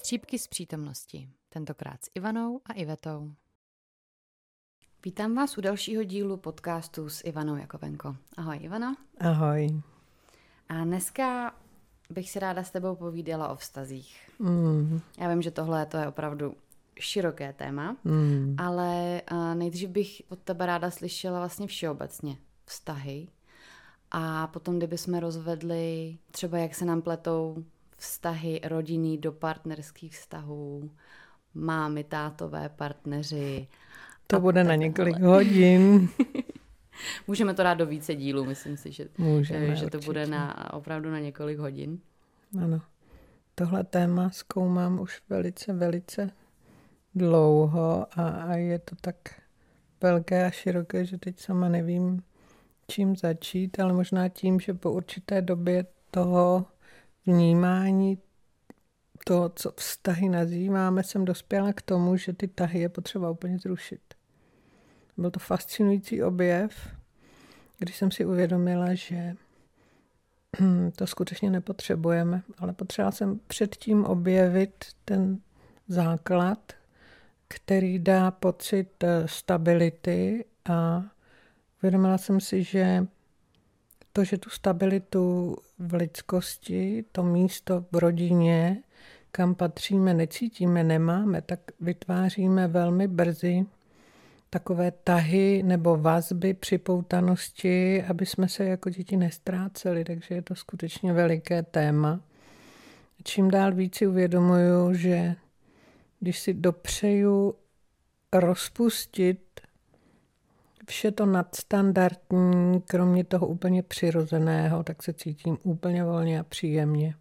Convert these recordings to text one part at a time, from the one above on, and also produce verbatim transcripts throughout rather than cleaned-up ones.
Střípky z přítomnosti, tentokrát s Ivanou a Ivetou. Vítám vás u dalšího dílu podcastu s Ivanou Jakovenko. Ahoj Ivano. Ahoj. A dneska bych si ráda s tebou povídala o vztazích. Mm. Já vím, že tohle to je opravdu široké téma, Mm. ale nejdřív bych od tebe ráda slyšela vlastně všeobecně vztahy. A potom, kdybychom rozvedli třeba, jak se nám pletou vztahy rodinný do partnerských vztahů, mámy, tátové, partneři. To bude na několik hodin. Můžeme to dát do více dílů, myslím si, že, Můžeme, že to určitě. bude na, opravdu na několik hodin. Ano. Tohle téma zkoumám už velice, velice dlouho a, a je to tak velké a široké, že teď sama nevím, čím začít, ale možná tím, že po určité době toho vnímání, to, co vztahy nazýváme, jsem dospěla k tomu, že ty tahy je potřeba úplně zrušit. Byl to fascinující objev, když jsem si uvědomila, že to skutečně nepotřebujeme, ale potřebovala jsem předtím objevit ten základ, který dá pocit stability, a uvědomila jsem si, že to, že tu stabilitu v lidskosti, to místo v rodině, kam patříme, necítíme, nemáme, tak vytváříme velmi brzy takové tahy nebo vazby, připoutanosti, aby jsme se jako děti nestráceli, takže je to skutečně veliké téma. Čím dál víc si uvědomuju, že když si dopřeju rozpustit vše to nadstandardní, kromě toho úplně přirozeného, tak se cítím úplně volně a příjemně.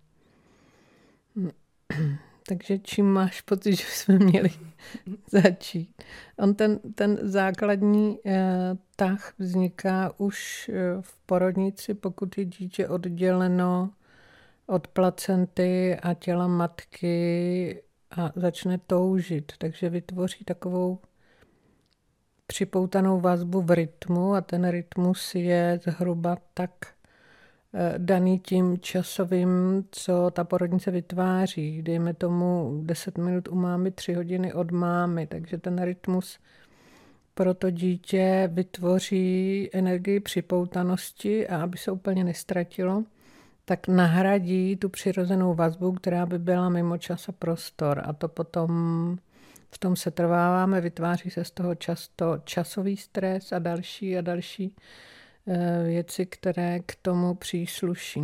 Takže čím máš pocit, že jsme měli začít? On ten, ten základní eh, tah vzniká už eh, v porodnici, pokud je dítě odděleno od placenty a těla matky a začne toužit. Takže vytvoří takovou připoutanou vazbu v rytmu a ten rytmus je zhruba tak daný tím časovým, co ta porodnice vytváří. Dejme tomu deset minut u mámy, tři hodiny od mámy, takže ten rytmus pro to dítě vytvoří energii připoutanosti a aby se úplně nestratilo, tak nahradí tu přirozenou vazbu, která by byla mimo čas a prostor. A to potom v tom se trváváme, vytváří se z toho často časový stres a další a další věci, které k tomu přísluší.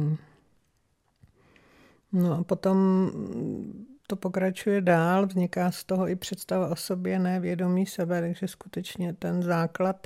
No a potom to pokračuje dál, vzniká z toho i představa o sobě, ne vědomí sebe, takže skutečně ten základ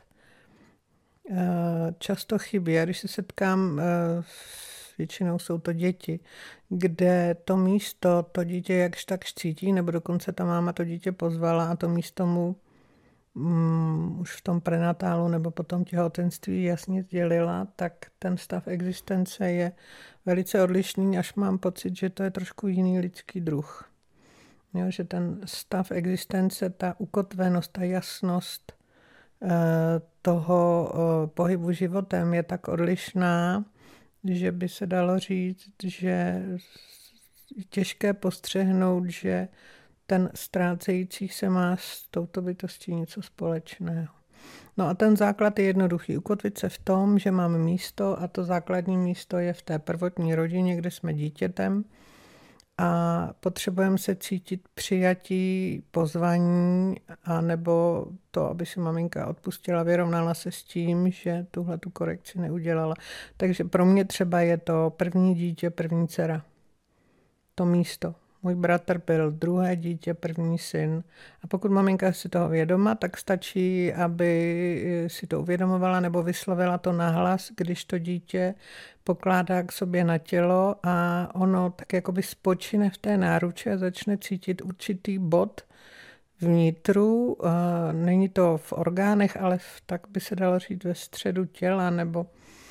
často chybí. A když se setkám, většinou jsou to děti, kde to místo, to dítě jakž tak cítí, nebo dokonce ta máma to dítě pozvala a to místo mu Um, už v tom prenatálu nebo potom těhotenství jasně sdělila, tak ten stav existence je velice odlišný, až mám pocit, že to je trošku jiný lidský druh. Jo, že ten stav existence, ta ukotvenost, ta jasnost uh, toho uh, pohybu životem je tak odlišná, že by se dalo říct, že je těžké postřehnout, že ten ztrácející se má s touto bytostí něco společného. No a ten základ je jednoduchý. Ukotvit se v tom, že máme místo a to základní místo je v té prvotní rodině, kde jsme dítětem a potřebujeme se cítit přijatí, pozvaní a nebo to, aby si maminka odpustila, vyrovnala se s tím, že tuhle tu korekci neudělala. Takže pro mě třeba je to první dítě, první dcera. To místo. Můj bratr byl druhé dítě, první syn. A pokud maminka si toho vědoma, tak stačí, aby si to uvědomovala nebo vyslovila to nahlas, když to dítě pokládá k sobě na tělo a ono tak jakoby spočine v té náruči a začne cítit určitý bod vnitru. Není to v orgánech, ale tak by se dalo říct ve středu těla nebo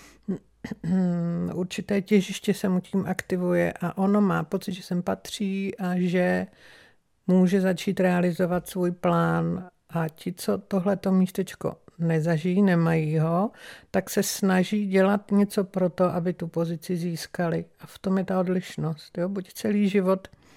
určité těžiště se mu tím aktivuje a ono má pocit, že sem patří a že může začít realizovat svůj plán. A ti, co tohleto místečko nezažijí, nemají ho, tak se snaží dělat něco pro to, aby tu pozici získali. A v tom je ta odlišnost. Jo? Buď celý život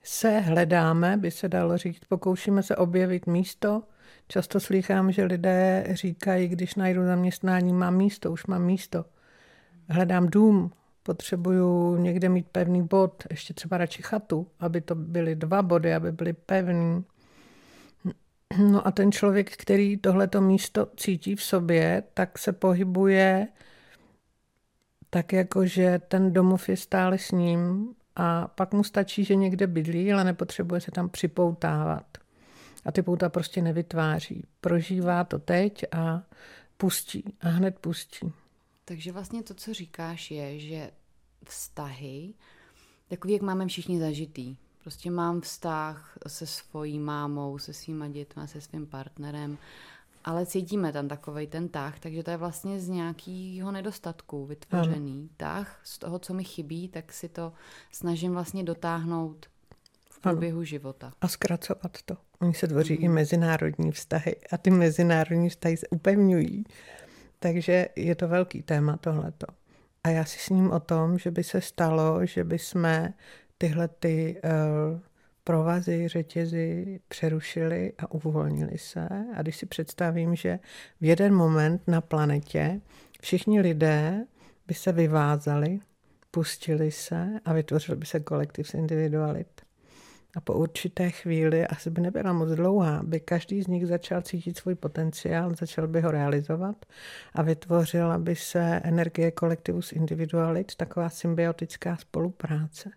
se hledáme, by se dalo říct, pokoušíme se objevit místo. Často slýchám, že lidé říkají, když najdu zaměstnání, mám místo, už mám místo. Hledám dům, potřebuju někde mít pevný bod, ještě třeba radši chatu, aby to byly dva body, aby byly pevný. No a ten člověk, který tohleto místo cítí v sobě, tak se pohybuje tak jako, že ten domov je stále s ním a pak mu stačí, že někde bydlí, ale nepotřebuje se tam připoutávat. A ty pouta prostě nevytváří. Prožívá to teď a pustí. A hned pustí. Takže vlastně to, co říkáš, je, že vztahy, takový, jak máme všichni zažitý. Prostě mám vztah se svojí mámou, se svýma dětma, se svým partnerem, ale cítíme tam takovej ten tah, takže to je vlastně z nějakého nedostatku vytvořený ano. tah. Z toho, co mi chybí, tak si to snažím vlastně dotáhnout v průběhu ano. života. A zkracovat to. Oni se tvoří mm. i mezinárodní vztahy a ty mezinárodní vztahy se upevňují. Takže je to velký téma tohleto. A já si sním o tom, že by se stalo, že by jsme tyhle ty uh, provazy, řetězy přerušili a uvolnili se. A když si představím, že v jeden moment na planetě všichni lidé by se vyvázali, pustili se a vytvořil by se kolektiv z individualit. A po určité chvíli, asi by nebyla moc dlouhá, by každý z nich začal cítit svůj potenciál, začal by ho realizovat a vytvořila by se energie kolektivu z individualit, taková symbiotická spolupráce.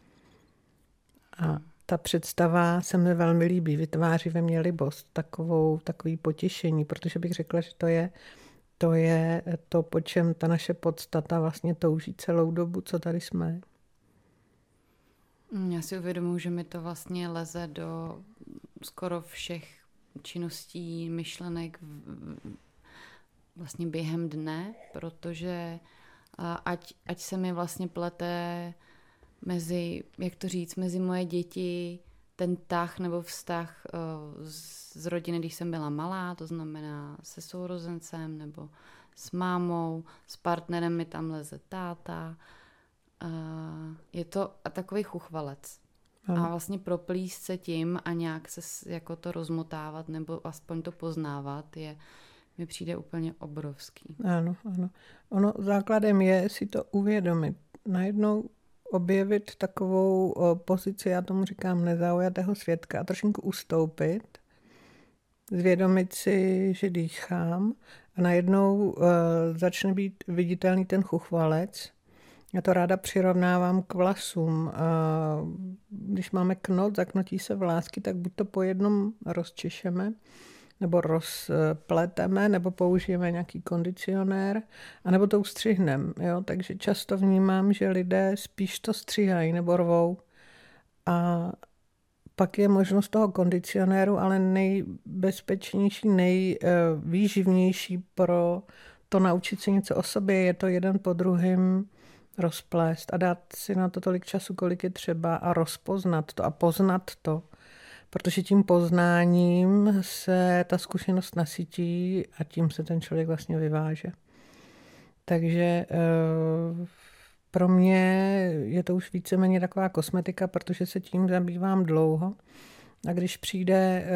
A ta představa se mi velmi líbí, vytváří ve mně libost, takovou, takový potěšení, protože bych řekla, že to je, to je to, po čem ta naše podstata vlastně touží celou dobu, co tady jsme. Já si uvědomuji, že mi to vlastně leze do skoro všech činností, myšlenek vlastně během dne, protože ať, ať se mi vlastně plete mezi, jak to říct, mezi moje děti ten tah nebo vztah z rodiny, když jsem byla malá, to znamená se sourozencem nebo s mámou, s partnerem mi tam leze táta. Je to takový chuchvalec. A vlastně proplíst se tím a nějak se jako to rozmotávat nebo aspoň to poznávat je, mi přijde úplně obrovský. Ano, ano. Ono základem je si to uvědomit. Najednou objevit takovou o, pozici, já tomu říkám nezaujatého svědka a trošinku ustoupit, zvědomit si, že dýchám a najednou uh, začne být viditelný ten chuchvalec. Já to ráda přirovnávám k vlasům. Když máme knot, zaknotí se vlásky, tak buď to po jednom rozčešeme, nebo rozpleteme, nebo použijeme nějaký kondicionér, anebo to ustřihneme. Takže často vnímám, že lidé spíš to stříhají nebo rvou. A pak je možnost toho kondicionéru, ale nejbezpečnější, nejvýživnější pro to naučit se něco o sobě. Je to jeden po druhém rozplést a dát si na to tolik času, kolik je třeba a rozpoznat to a poznat to. Protože tím poznáním se ta zkušenost nasytí a tím se ten člověk vlastně vyváže. Takže pro mě je to už víceméně taková kosmetika, protože se tím zabývám dlouho. A když přijde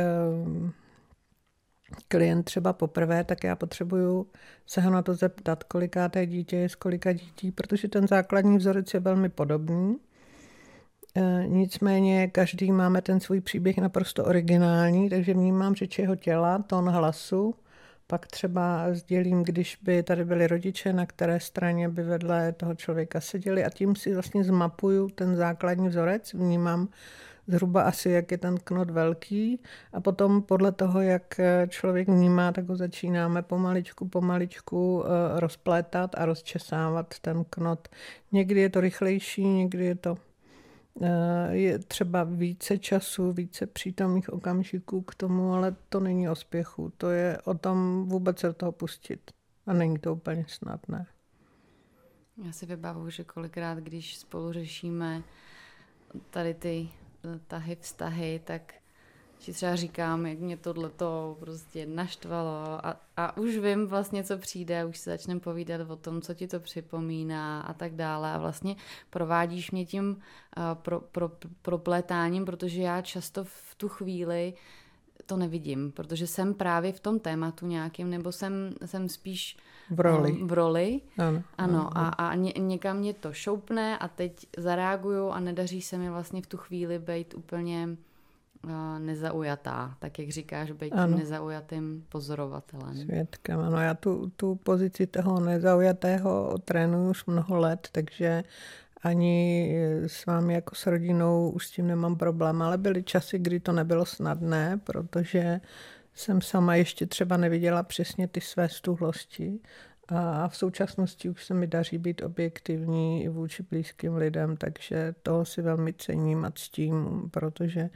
klient třeba poprvé, tak já potřebuju se ho na to zeptat, kolikáté dítě je z kolika dětí, protože ten základní vzorec je velmi podobný. E, nicméně každý máme ten svůj příběh naprosto originální, takže vnímám řeč jeho těla, tón hlasu, pak třeba sdělím, když by tady byli rodiče, na které straně by vedle toho člověka seděli a tím si vlastně zmapuju ten základní vzorec, vnímám zhruba asi, jak je ten knot velký a potom podle toho, jak člověk vnímá, tak ho začínáme pomaličku, pomaličku rozplétat a rozčesávat ten knot. Někdy je to rychlejší, někdy je to je třeba více času, více přítomných okamžiků k tomu, ale to není o spěchu. To je o tom vůbec se do toho pustit. A není to úplně snadné. Já si vybavuju, že kolikrát, když spolu řešíme tady ty tahy, vztahy, tak Či třeba říkám, jak mě tohleto prostě naštvalo a, a už vím vlastně, co přijde, už se začneme povídat o tom, co ti to připomíná a tak dále. A vlastně provádíš mě tím uh, pro, pro, proplétáním, protože já často v tu chvíli to nevidím, protože jsem právě v tom tématu nějakým, nebo jsem, jsem spíš v roli. Um, v roli. Ano, ano, ano. A, a ně, někam mě to šoupne a teď zareaguju a nedaří se mi vlastně v tu chvíli být úplně uh, nezaujatá, tak jak říkáš, být tím nezaujatým pozorovatelem. Svědkem, ano, já tu, tu pozici toho nezaujatého trénuju už mnoho let, takže ani s vámi jako s rodinou už s tím nemám problém, ale byly časy, kdy to nebylo snadné, protože jsem sama ještě třeba neviděla přesně ty své stuhlosti a v současnosti už se mi daří být objektivní i vůči blízkým lidem, takže toho si velmi cením a ctím, protože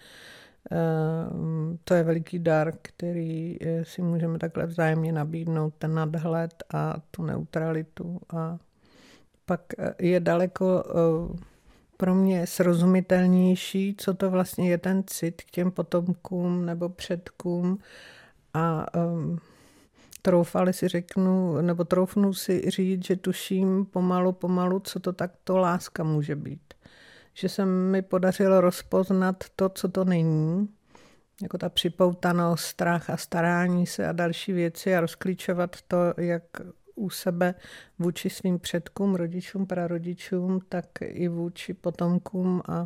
to je veliký dar, který si můžeme takhle vzájemně nabídnout, ten nadhled a tu neutralitu. A pak je daleko pro mě srozumitelnější, co to vlastně je ten cit k těm potomkům nebo předkům. A um, troufali si řeknu, nebo troufnu si říct, že tuším pomalu, pomalu, co to takto láska může být. Že se mi podařilo rozpoznat to, co to není, jako ta připoutanost, strach a starání se a další věci a rozklíčovat to, jak u sebe vůči svým předkům, rodičům, prarodičům, tak i vůči potomkům a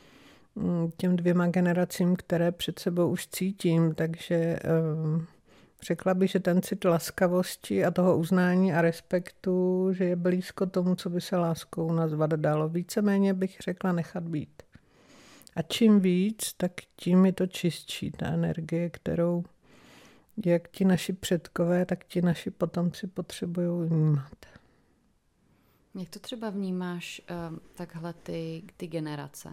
těm dvěma generacím, které před sebou už cítím. Takže řekla bych, že ten cit laskavosti a toho uznání a respektu, že je blízko tomu, co by se láskou nazvat dalo. Víceméně bych řekla nechat být. A čím víc, tak tím je to čistší, ta energie, kterou jak ti naši předkové, tak ti naši potomci potřebují vnímat. Jak to třeba vnímáš uh, takhle ty, ty generace?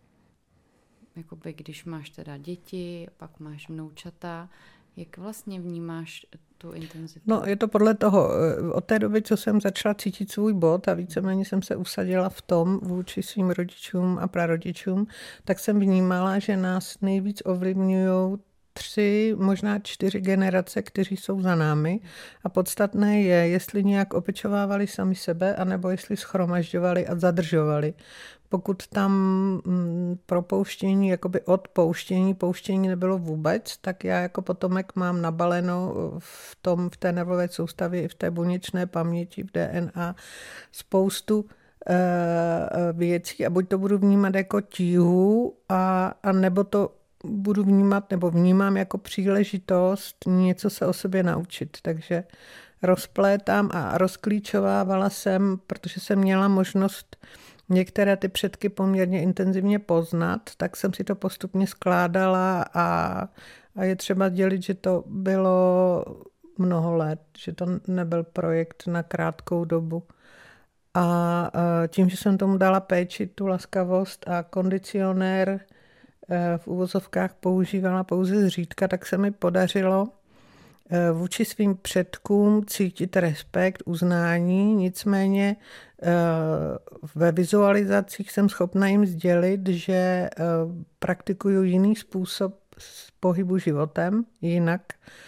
Jakoby když máš teda děti, pak máš vnoučata, jak vlastně vnímáš tu intenzitu? No, je to podle toho. Od té doby, co jsem začala cítit svůj bod a víceméně jsem se usadila v tom vůči svým rodičům a prarodičům, tak jsem vnímala, že nás nejvíc ovlivňují tři, možná čtyři generace, kteří jsou za námi. A podstatné je, jestli nějak opečovávali sami sebe, anebo jestli schromažďovali a zadržovali. Pokud tam propouštění, jakoby odpouštění, pouštění nebylo vůbec, tak já jako potomek mám nabaleno v, tom, v té nervové soustavě i v té buněčné paměti, v D N A spoustu e, věcí a buď to budu vnímat jako tíhu a, a nebo to budu vnímat nebo vnímám jako příležitost něco se o sobě naučit. Takže rozplétám a rozklíčovávala jsem, protože jsem měla možnost některé ty předky poměrně intenzivně poznat, tak jsem si to postupně skládala a, a je třeba dělit, že to bylo mnoho let, že to nebyl projekt na krátkou dobu. A tím, že jsem tomu dala péči, tu laskavost a kondicionér v uvozovkách používala pouze zřídka, tak se mi podařilo vůči svým předkům cítit respekt, uznání, nicméně ve vizualizacích jsem schopna jim sdělit, že praktikuju jiný způsob pohybu životem, jinak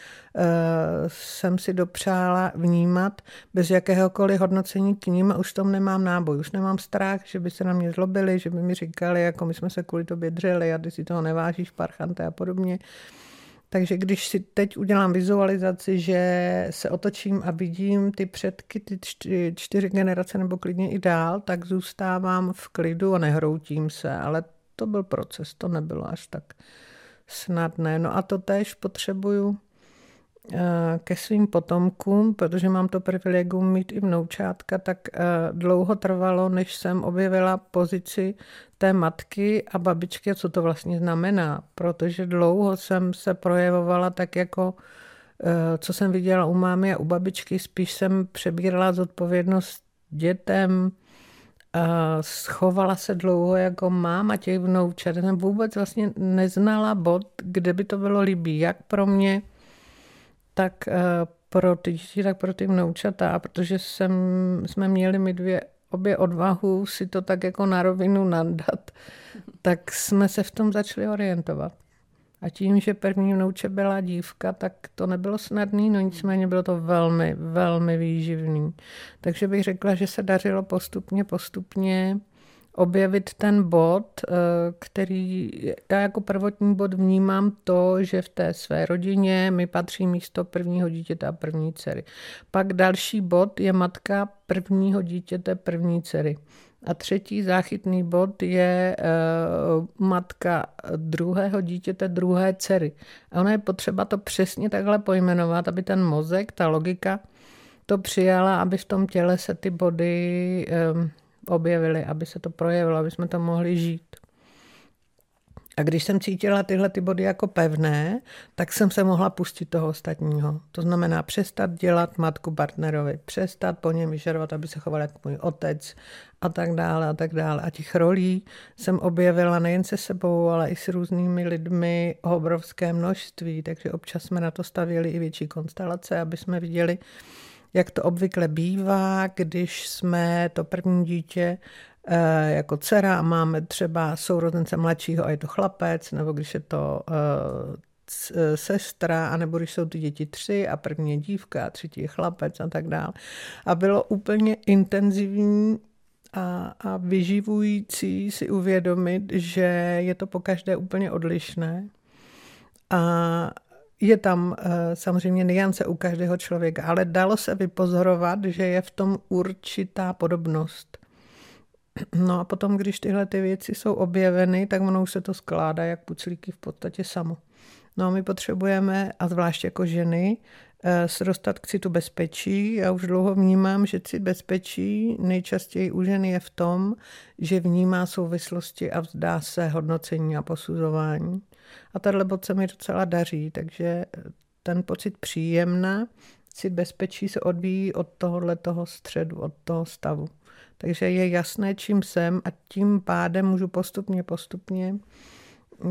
jsem si dopřála vnímat bez jakéhokoliv hodnocení k ním a už tom nemám náboj. Už nemám strach, že by se na mě zlobili, že by mi říkali, jako my jsme se kvůli tobě dřeli a ty si toho nevážíš, parchante a podobně. Takže když si teď udělám vizualizaci, že se otočím a vidím ty předky, ty čtyři, čtyři generace nebo klidně i dál, tak zůstávám v klidu a nehroutím se. Ale to byl proces, to nebylo až tak snadné. No a to též potřebuju ke svým potomkům, protože mám to privilegium mít i vnoučátka, tak dlouho trvalo, než jsem objevila pozici té matky a babičky, co to vlastně znamená, protože dlouho jsem se projevovala tak jako, co jsem viděla u mámy a u babičky, spíš jsem přebírala zodpovědnost dětem, schovala se dlouho jako máma těch vnoučat. Já jsem vůbec vlastně neznala bod, kde by to bylo líbí, jak pro mě, tak pro ty děti, tak pro ty vnoučata, protože jsem, jsme měli my dvě obě odvahu si to tak jako na rovinu nadat, tak jsme se v tom začali orientovat. A A tím, že první vnouče byla dívka, tak to nebylo snadné, no nicméně bylo to velmi, velmi výživný. Takže bych řekla, že se dařilo postupně, postupně objevit ten bod, který já jako prvotní bod vnímám to, že v té své rodině mi patří místo prvního dítěte a první dcery. Pak další bod je matka prvního dítěte, první dcery. A třetí záchytný bod je uh, matka druhého dítěte, druhé dcery. A ono je potřeba to přesně takhle pojmenovat, aby ten mozek, ta logika to přijala, aby v tom těle se ty body um, objevily, aby se to projevilo, aby jsme to mohli žít. A když jsem cítila tyhle ty body jako pevné, tak jsem se mohla pustit toho ostatního. To znamená přestat dělat matku partnerovi, přestat po něm vyžadovat, aby se choval jako můj otec a tak dále a tak dále. A těch rolí jsem objevila nejen se sebou, ale i s různými lidmi obrovské množství, takže občas jsme na to stavěli i větší konstelace, aby jsme viděli, jak to obvykle bývá, když jsme to první dítě jako dcera a máme třeba sourozence mladšího a je to chlapec, nebo když je to uh, sestra, anebo když jsou ty děti tři a první je dívka a třetí je chlapec a tak dále. A bylo úplně intenzivní a, a vyživující si uvědomit, že je to pokaždé úplně odlišné. A je tam uh, samozřejmě nuance u každého člověka, ale dalo se vypozorovat, že je v tom určitá podobnost. No a potom, když tyhle ty věci jsou objeveny, tak ono už se to skládá jak puclíky v podstatě samo. No a my potřebujeme, a zvlášť jako ženy, se dostat k citu bezpečí. Já už dlouho vnímám, že cit bezpečí nejčastěji u ženy je v tom, že vnímá souvislosti a vzdá se hodnocení a posuzování. A tahle bod se mi docela daří, takže ten pocit příjemná, cit bezpečí se odvíjí od tohohletoho středu, od toho stavu. Takže je jasné, čím jsem a tím pádem můžu postupně, postupně uh,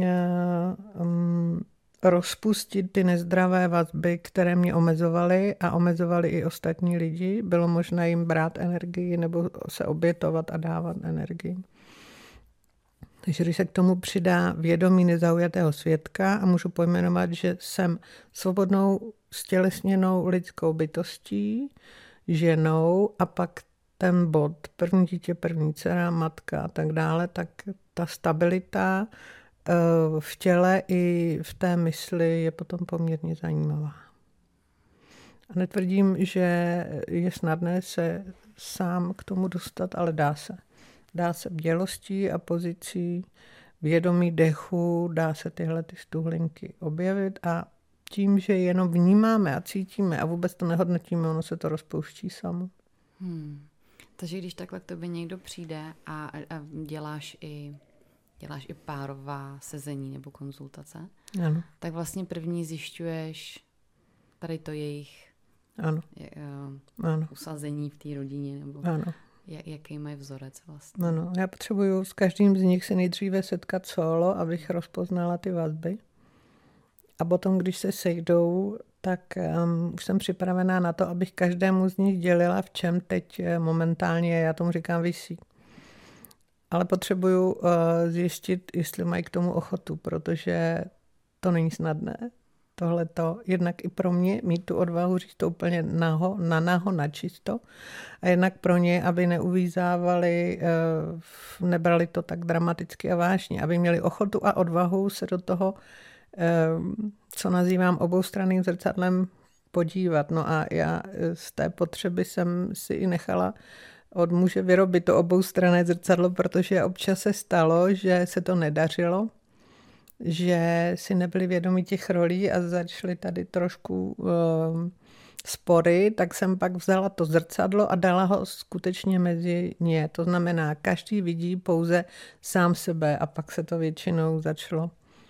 um, rozpustit ty nezdravé vazby, které mě omezovaly a omezovaly i ostatní lidi. Bylo možné jim brát energii nebo se obětovat a dávat energii. Takže když se k tomu přidá vědomí nezaujatého svědka a můžu pojmenovat, že jsem svobodnou, stělesněnou lidskou bytostí, ženou a pak ten bod, první dítě, první dcera, matka a tak dále, tak ta stabilita v těle i v té mysli je potom poměrně zajímavá. A netvrdím, že je snadné se sám k tomu dostat, ale dá se. Dá se bdělostí a pozicí, vědomí dechu, dá se tyhle ty stuhlinky objevit a tím, že jenom vnímáme a cítíme a vůbec to nehodnotíme, ono se to rozpouští samo. Hmm. Takže když takhle k tobě někdo přijde a, a děláš i děláš i párová sezení nebo konzultace, ano. Tak vlastně první zjišťuješ tady to jejich ano. Je, uh, ano. usazení v té rodině nebo ano. jaký mají vzorec vlastně. Ano. Já potřebuju s každým z nich se nejdříve setkat solo, abych rozpoznala ty vazby. A potom, když se sejdou, tak um, už jsem připravená na to, abych každému z nich dělila, v čem teď momentálně, já tomu říkám, visí. Ale potřebuju uh, zjistit, jestli mají k tomu ochotu, protože to není snadné. Tohle to jednak i pro mě mít tu odvahu říct to úplně naho, na naho, na čisto. A jednak pro ně, aby neuvízávali, uh, nebrali to tak dramaticky a vážně, aby měli ochotu a odvahu se do toho, uh, co nazývám oboustranným zrcadlem, podívat. No a já z té potřeby jsem si i nechala od muže vyrobit to oboustranné zrcadlo, protože občas se stalo, že se to nedařilo, že si nebyli vědomi těch rolí a začaly tady trošku uh, spory, tak jsem pak vzala to zrcadlo a dala ho skutečně mezi ně. To znamená, každý vidí pouze sám sebe a pak se to většinou začalo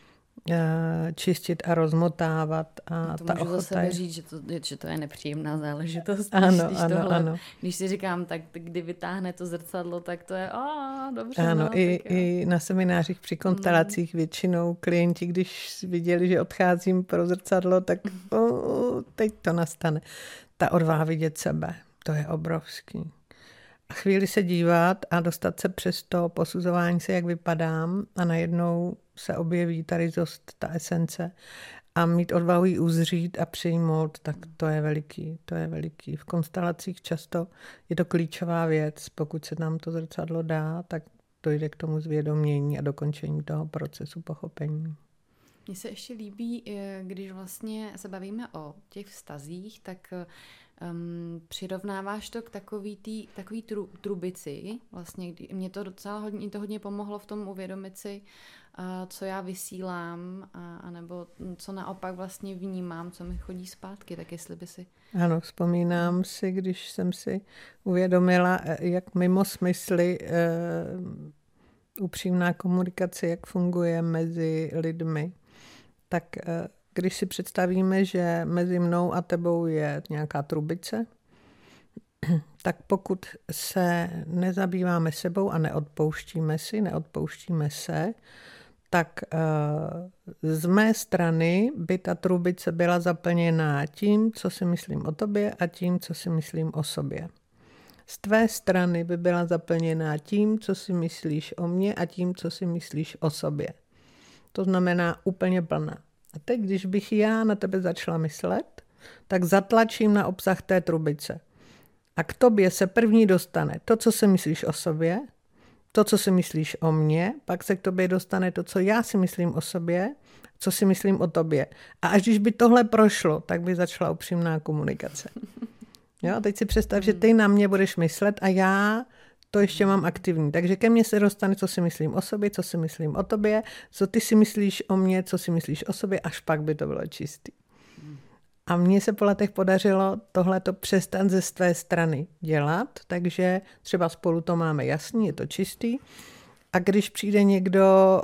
čistit a rozmotávat. A to ta můžu ochota za sebe je... říct, že to, že to je nepříjemná záležitost. Ano, když, ano, tohle, ano. Když si říkám, tak kdy vytáhne to zrcadlo, tak to je, a dobře. Ano, no, i, tak i na seminářích při konstelacích mm. většinou klienti, když viděli, že odcházím pro zrcadlo, tak mm. o, teď to nastane. Ta odvaha vidět sebe, to je obrovský. A chvíli se dívat a dostat se přes to posuzování se, jak vypadám a najednou se objeví ta ryzost, ta esence a mít odvahu ji uzřít a přijmout, tak to je veliký, to je veliký. V konstelacích často je to klíčová věc, pokud se nám to zrcadlo dá, tak dojde k tomu zvědomění a dokončení toho procesu pochopení. Mně se ještě líbí, když vlastně se bavíme o těch vztazích, tak um, přirovnáváš to k takový, tý, takový tru, trubici. Vlastně mě to docela hodně, mě to hodně pomohlo v tom uvědomit si, uh, co já vysílám, a, anebo co naopak vlastně vnímám, co mi chodí zpátky. Tak jestli by si... Ano, vzpomínám si, když jsem si uvědomila, jak mimo smysly uh, upřímná komunikace, jak funguje mezi lidmi. Tak když si představíme, že mezi mnou a tebou je nějaká trubice, tak pokud se nezabýváme sebou a neodpouštíme si, neodpouštíme se, tak z mé strany by ta trubice byla zaplněná tím, co si myslím o tobě a tím, co si myslím o sobě. Z tvé strany by byla zaplněná tím, co si myslíš o mně a tím, co si myslíš o sobě. To znamená úplně plná. A teď, když bych já na tebe začala myslet, tak zatlačím na obsah té trubice. A k tobě se první dostane to, co si myslíš o sobě, to, co si myslíš o mně, pak se k tobě dostane to, co já si myslím o sobě, co si myslím o tobě. A až když by tohle prošlo, tak by začala upřímná komunikace. Jo, a teď si představ, že ty na mě budeš myslet a já to ještě mám aktivní. Takže ke mně se dostane, co si myslím o sobě, co si myslím o tobě, co ty si myslíš o mně, co si myslíš o sobě, až pak by to bylo čistý. A mně se po letech podařilo tohleto přestat ze své strany dělat, takže třeba spolu to máme jasný, je to čistý. A když přijde někdo,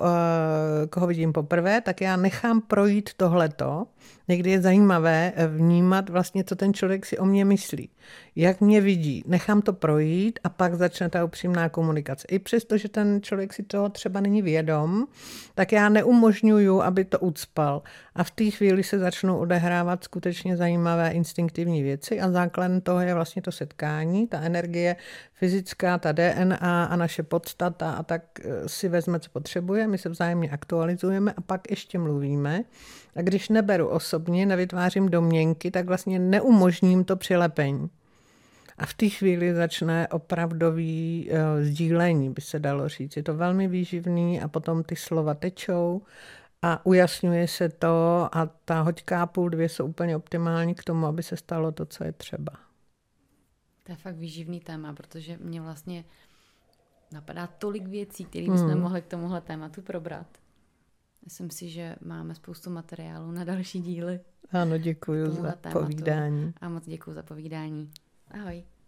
koho vidím poprvé, tak já nechám projít tohleto. Někdy je zajímavé vnímat vlastně, co ten člověk si o mě myslí. Jak mě vidí. Nechám to projít a pak začne ta upřímná komunikace. I přesto, že ten člověk si toho třeba není vědom, tak já neumožňuju, aby to ucpal. A v té chvíli se začnou odehrávat skutečně zajímavé instinktivní věci a základem toho je vlastně to setkání, ta energie fyzická, ta D N A a naše podstata a tak si vezme, co potřebuje, my se vzájemně aktualizujeme a pak ještě mluvíme. A když neberu osobně, nevytvářím domněnky, tak vlastně neumožním to přilepení. A v té chvíli začne opravdový uh, sdílení, by se dalo říct. Je to velmi výživný a potom ty slova tečou a ujasňuje se to a ta hoďka půl dvě jsou úplně optimální k tomu, aby se stalo to, co je třeba. To je fakt výživný téma, protože mě vlastně napadá tolik věcí, které bychom hmm. mohli k tomuhle tématu probrat. Myslím si, že máme spoustu materiálu na další díly. Ano, děkuji za tématu. Povídání. A moc děkuji za povídání. Ahoj.